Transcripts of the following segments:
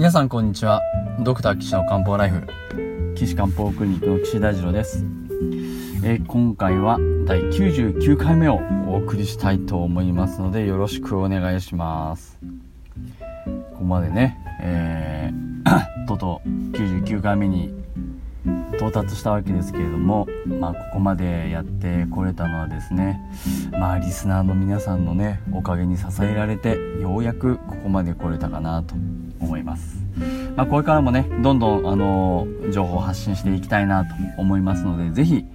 皆さんこんにちは。ドクター岸の漢方ライフ、岸漢方クリニックの岸大二郎です。今回は第99回目をお送りしたいと思いますので、よろしくお願いします。ここまでね、とうとう99回目に到達したわけですけれども、ここまでやってこれたのはですね、リスナーの皆さんのねおかげに支えられて、ようやくここまで来れたかなと思います。これからもねどんどん情報を発信していきたいなと思いますので、ぜひ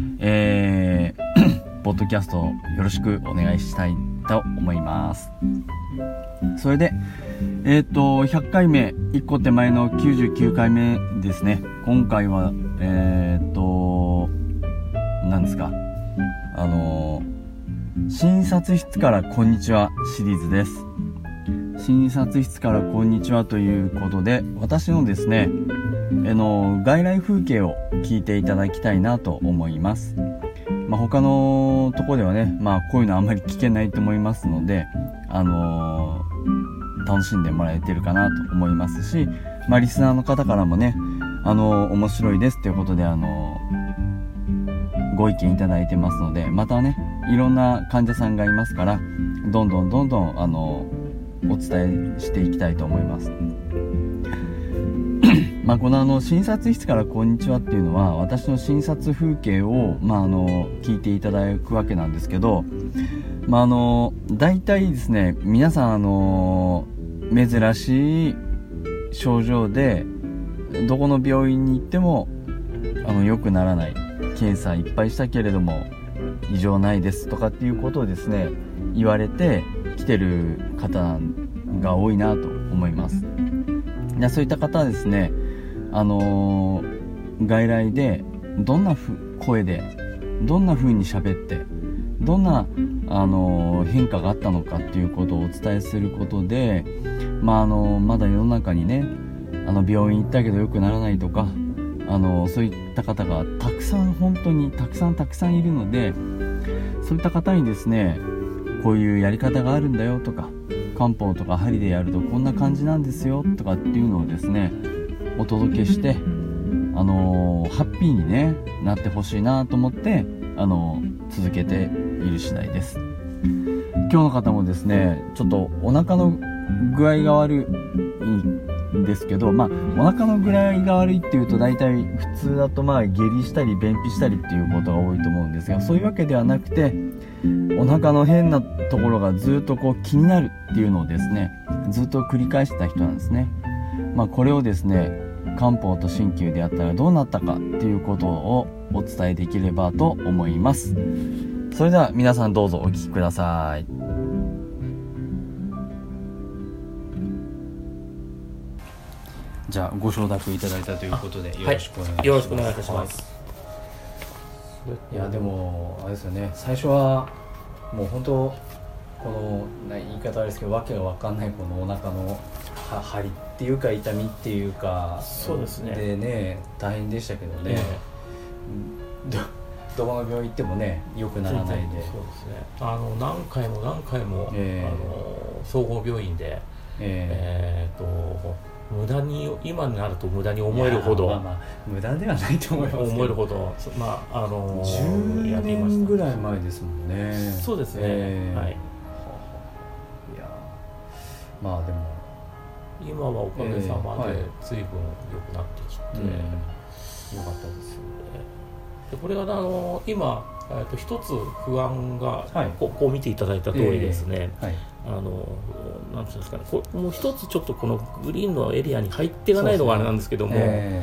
ポッドキャストよろしくお願いしたいと思います。それで100回目1個手前の99回目ですね。今回は何ですか、診察室からこんにちはシリーズです。診察室からこんにちはということで、私のですね外来風景を聞いていただきたいなと思います。他のとこではね、こういうのあんまり聞けないと思いますので、楽しんでもらえてるかなと思いますし、リスナーの方からもね面白いですということでご意見いただいてますので、またねいろんな患者さんがいますから、どんどんお伝えしていきたいと思います。この診察室からこんにちはっていうのは、私の診察風景を、聞いていただくわけなんですけど、大体ですね、皆さん珍しい症状でどこの病院に行っても良くならない、検査いっぱいしたけれども異常ないですとかっていうことをですね言われて来てる方が多いなと思います。そういった方はですね外来でどんな声でどんな風に喋ってどんな変化があったのかっていうことをお伝えすることで、まだ世の中にね病院行ったけど良くならないとかそういった方がたくさん、本当にたくさんいるので、そういった方にですねこういうやり方があるんだよとか、漢方とか針でやるとこんな感じなんですよとかっていうのをですねお届けして、ハッピーに、ね、なってほしいなと思って続けている次第です。今日の方もですねちょっとお腹の具合が悪いんですけど、お腹の具合が悪いっていうと大体普通だと下痢したり便秘したりっていうことが多いと思うんですが、そういうわけではなくて、お腹の変なところがずっと気になるっていうのをですねずっと繰り返してた人なんですね。これをですね漢方と鍼灸でやったらどうなったかっていうことをお伝えできればと思います。それでは皆さんどうぞお聞きください。じゃあご承諾いただいたということでよろしくお願いします。 よろしくお願いいたします。 いやでもあれですよね、最初はもう本当この言い方あれですけど、わけが分かんないこのお腹の張りっていうか痛みっていうか、 そうですね。 でね大変でしたけどね、どこの病院行ってもね良くならないで、そうですね、 何回も、総合病院で、無駄に今になると無駄に思えるほど、 無駄ではないと思いますけど、 思えるほど 10年ぐらい前ですもんね。 そうですね、はい。 いやでも今はおかげさまで随分良くなってきて、 良かったですよね。 でこれが今一つ不安が、こう見ていただいた通りですね、なんていうんですかね、もう一つちょっとこのグリーンのエリアに入っていかないのがあれなんですけども、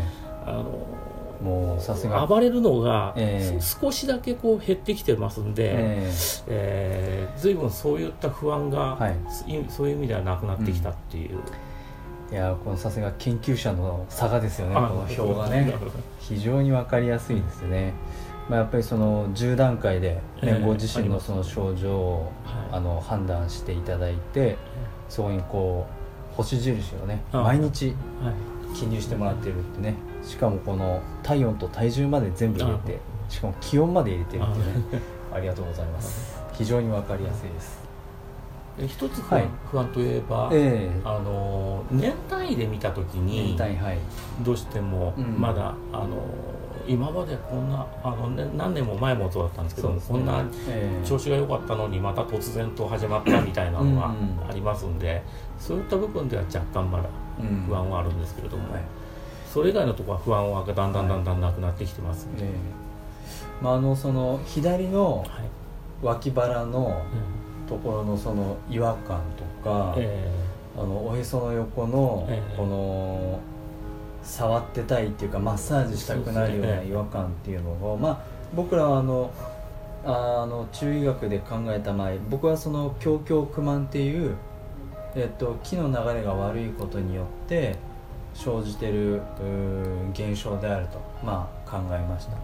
もうさすが暴れるのが少しだけ減ってきてますんで、随分そういった不安が、そういう意味ではなくなってきたっていう、 いやこのさすが研究者の差がですよね。この表がね非常に分かりやすいですね。やっぱりその10段階で、ご自身のその症状を、判断していただいて、そこに星印をね毎日記入してもらってるってね、しかもこの体温と体重まで全部入れて、しかも気温まで入れてるってねありがとうございます。非常に分かりやすいです。 一つ不安といえば、年単位で見たときにどうしてもまだ、今までこんな何年も前もそうだったんですけども、こんな調子が良かったのにまた突然と始まったみたいなのがありますんで、そういった部分では若干まだ不安はあるんですけれども、それ以外のところは不安はだんだんなくなってきてますんで、 その左の脇腹のところのその違和感とか、おへその横のこの触ってたいっていうかマッサージしたくなるような違和感っていうのを、僕らは中医学で考えた前、僕はその胸胸苦悶っていう、気の流れが悪いことによって生じてる現象であると、考えました。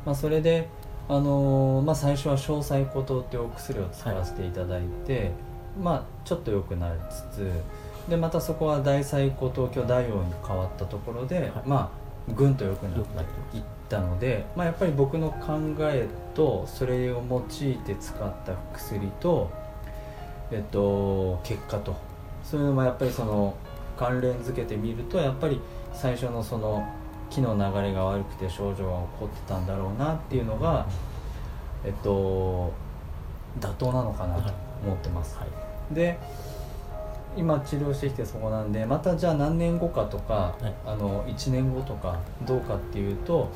それで最初は詳細固糖っていうお薬を使わせていただいて、ちょっと良くなりつつで、またそこは大細固糖鏡大王に変わったところで、ぐんと良くなっていったので、やっぱり僕の考えとそれを用いて使った薬と、結果とそういうのもやっぱりその関連づけてみると、やっぱり最初のその気の流れが悪くて症状が起こってたんだろうなっていうのが、妥当なのかなと思ってます。で今治療してきてそこなんで、またじゃあ何年後かとか、1年後とかどうかっていうと、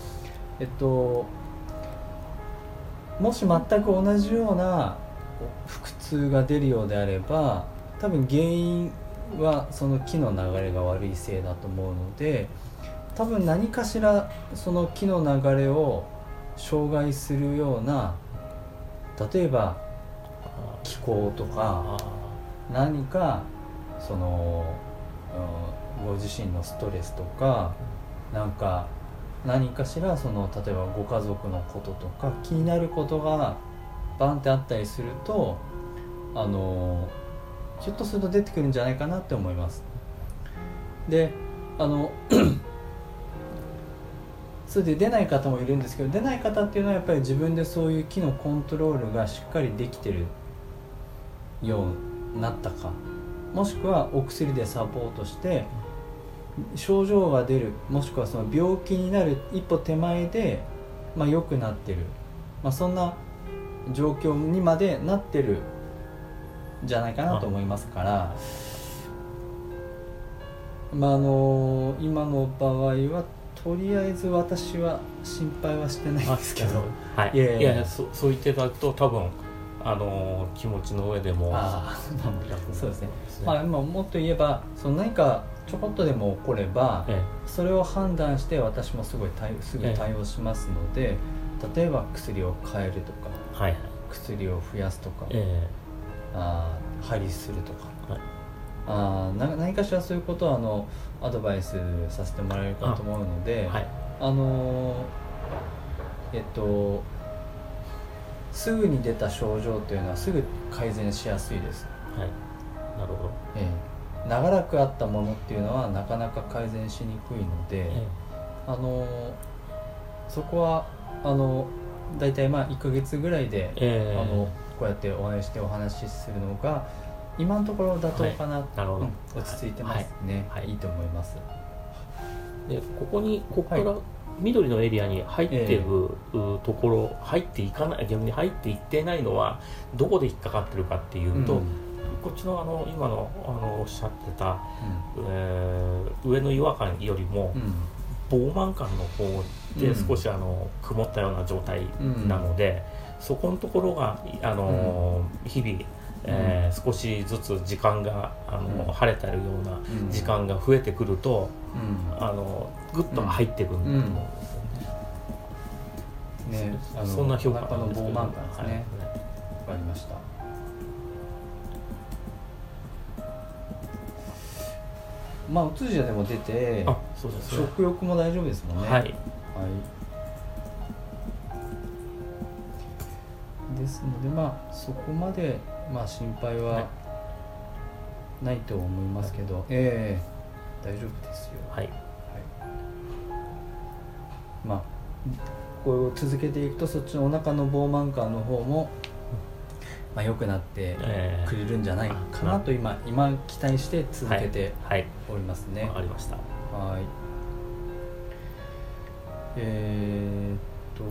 もし全く同じような腹痛が出るようであれば、多分原因はその気の流れが悪いせいだと思うので、多分何かしらその気の流れを障害するような、例えば気候とか何かその、ご自身のストレスとか何かしらその例えばご家族のこととか気になることがバンってあったりすると、ひょっとすると出てくるんじゃないかなって思います。でそれで出ない方もいるんですけど、出ない方っていうのはやっぱり自分でそういう気のコントロールがしっかりできてるようになったか、もしくはお薬でサポートして症状が出る、もしくはその病気になる一歩手前で、良くなってる、そんな状況にまでなってるんじゃないかなと思いますから、今の場合はとりあえず私は心配はしてないんですけど、 そう言っていただくと多分気持ちの上でもそうですね。もっと言えばその何かちょこっとでも起これば、それを判断して私もすぐ対応しますので、例えば薬を変えるとか、薬を増やすとか、針するとか、何かしらそういうことはアドバイスさせてもらえるかと思うので、すぐに出た症状というのはすぐ改善しやすいです。 なるほど。 長らくあったものっていうのはなかなか改善しにくいので、そこはだいたい1ヶ月ぐらいで、こうやってお会いしてお話しするのが今のところ妥当かな、落ち着いてますね、いいと思います。 でここから緑のエリアに入っているところ、入っていかない、逆に入っていってないのはどこで引っかかってるかっていうと、こっちの今のおっしゃってた、上の違和感よりも、膨満感の方で少し曇ったような状態なので、そこのところが日々少しずつ時間が晴れてるような時間が増えてくると、ぐっと入ってくるんだと思うんですよね。そんな評価の膨満感ですね。わかりました。お通じでも出て、食欲も大丈夫ですもんね。ですのでそこまで心配はないと思いますけど、大丈夫ですよ。これを続けていくと、そっちのお腹の膨満感の方も良くなってくれるんじゃないかなと今期待して続けておりますね。 わかりました。 はい。あと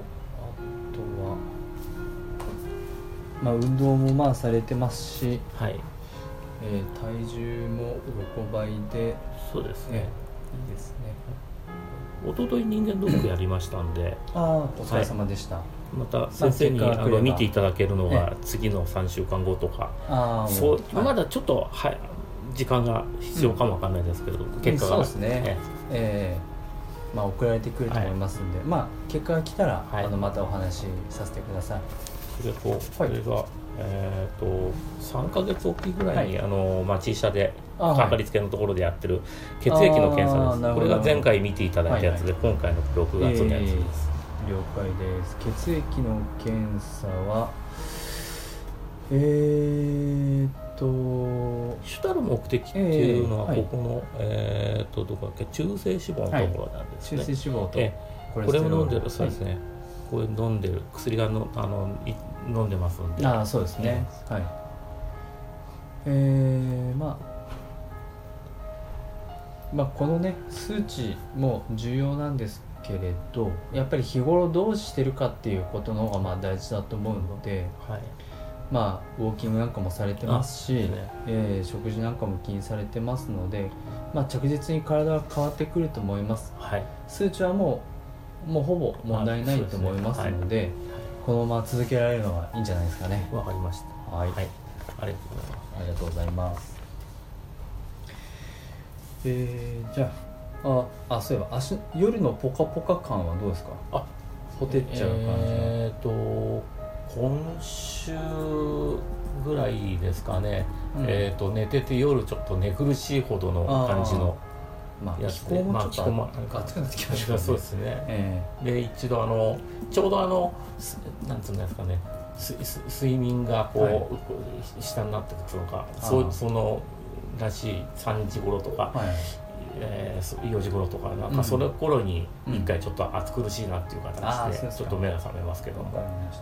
は、運動もされてますし、 はい、 体重も横ばいで、 そうですね、 いいですね。 おととい人間ドックやりましたんでお疲れ様でした。 また先生に見ていただけるのは次の3週間後とか、まだちょっと、時間が必要かもわかんないですけど、結果が、 そうですね、送られてくると思いますんで、結果が来たら、またお話しさせてください。 それが3ヶ月おきぐらいに、T社でかかりつけのところでやってる血液の検査です。これが前回見ていただいたやつで、今回の6月のやつです。 了解です。血液の検査は主たる目的っていうのはここの、どこだっけ、中性脂肪のところなんですね。 中性脂肪とこれを飲んでる、そうですね、これ飲んでる薬が飲んでますんで。 そうですね、はい。このね数値も重要なんですけれど、やっぱり日頃どうしてるかっていうことの方が大事だと思うので、ウォーキングなんかもされてますし、食事なんかも気にされてますので、着実に体は変わってくると思います。数値はもうほぼ問題ないと思いますので、このまま続けられるのがいいんじゃないですかね。 わかりました。 はい、 ありがとうございます。 じゃあ、そういえば夜のポカポカ感はどうですか？ほてっちゃう感じは。 今週ぐらいですかね、寝てて夜ちょっと寝苦しいほどの感じのやつで、 気候もちょっと暑くなってきましたね。 そうですね、で一度ちょうどなんつうんですかね、睡眠が下になってくるのか、そのらしい3時頃とか、4時頃とかその頃に一回ちょっと暑苦しいなっていう形でちょっと目が覚めますけど。 わかりました。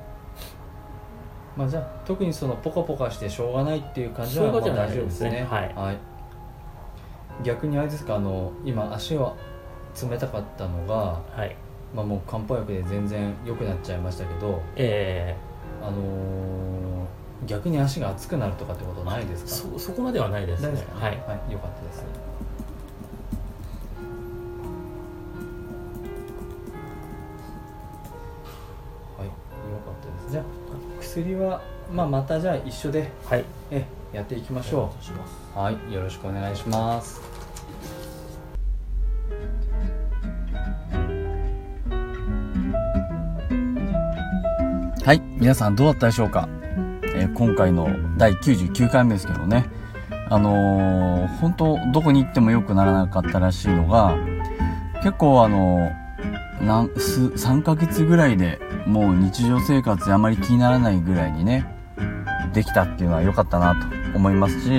じゃあ特にそのポカポカしてしょうがないっていう感じは大丈夫ですね。逆にあれですか、今足は冷たかったのが、もう漢方薬で全然良くなっちゃいましたけど、逆に足が熱くなるとかってことないですか？ そこまではないですね。 よかったです。よかったです。じゃあ薬はまたじゃあ一緒で、やっていきましょう。よろしくお願いします。皆さんどうだったでしょうか？今回の第99回目ですけどね、本当どこに行っても良くならなかったらしいのが、結構3ヶ月ぐらいでもう日常生活であまり気にならないぐらいにねできたっていうのは良かったなと思いますし、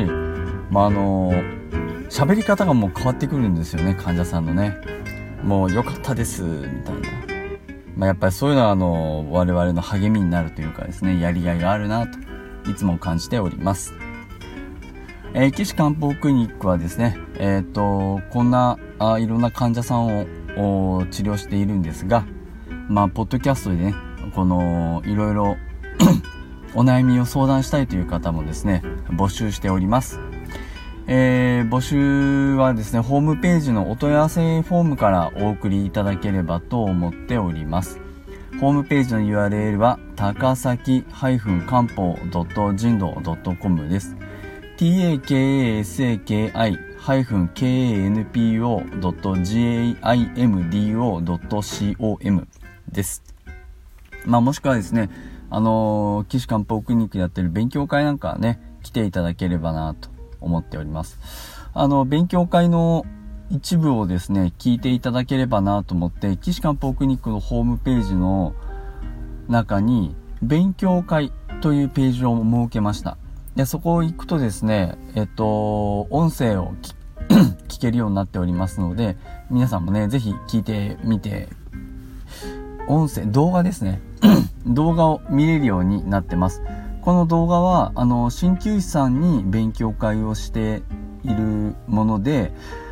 喋り方がもう変わってくるんですよね、患者さんのね。もう良かったですみたいな、やっぱりそういうのは我々の励みになるというかですね、やりがいがあるなといつも感じております。岸漢方クリニックはですね、こんないろんな患者さんを治療しているんですが、ポッドキャストでね、いろいろお悩みを相談したいという方もですね、募集しております。募集はですね、ホームページのお問い合わせフォームからお送りいただければと思っております。ホームページの URL は高崎漢方.jindo.com です。takasaki-kanpo.jimdo.com です。もしくはですね、岸漢方クリニックでやってる勉強会なんかね、来ていただければなと思っております。勉強会の一部をですね、聞いていただければなと思って、岸漢方クリニックのホームページの中に勉強会というページを設けました。で、そこを行くとですね、音声を聞けるようになっておりますので、皆さんもね、ぜひ聞いてみて、動画ですね動画を見れるようになってます。 この動画は鍼灸師さんに勉強会をしているもので、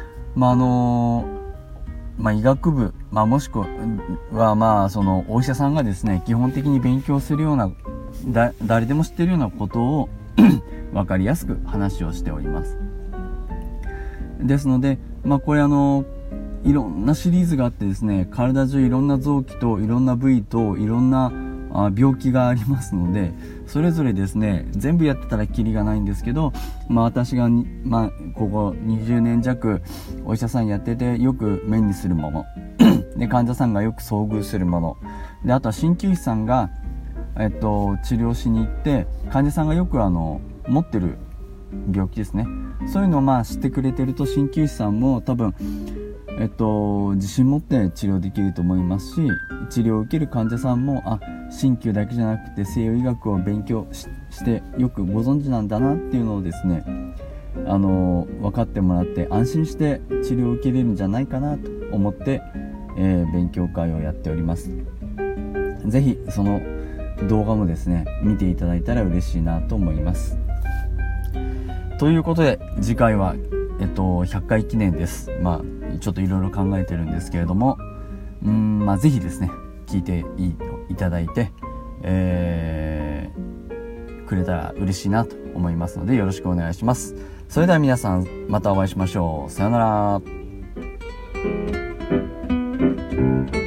医学部、もしくはそのお医者さんがですね、基本的に勉強するような誰でも知ってるようなことを分かりやすく話をしております。ですので、これいろんなシリーズがあってですね、体中いろんな臓器といろんな部位といろんな病気がありますので、それぞれですね、全部やってたらキリがないんですけど、私がここ20年弱お医者さんやっててよく目にするもので、患者さんがよく遭遇するもので、あとは鍼灸師さんが治療しに行って患者さんがよく持ってる病気ですね、そういうのを知ってくれてると、鍼灸師さんも多分自信持って治療できると思いますし、治療を受ける患者さんも鍼灸だけじゃなくて西洋医学を勉強してよくご存知なんだなっていうのをですね、分かってもらって安心して治療を受けれるんじゃないかなと思って、勉強会をやっております。ぜひその動画もですね見ていただいたら嬉しいなと思います。ということで次回は100回記念です。ちょっといろいろ考えてるんですけれども、ぜひですね聞いていただいて、くれたら嬉しいなと思いますのでよろしくお願いします。それでは皆さんまたお会いしましょう。さようなら。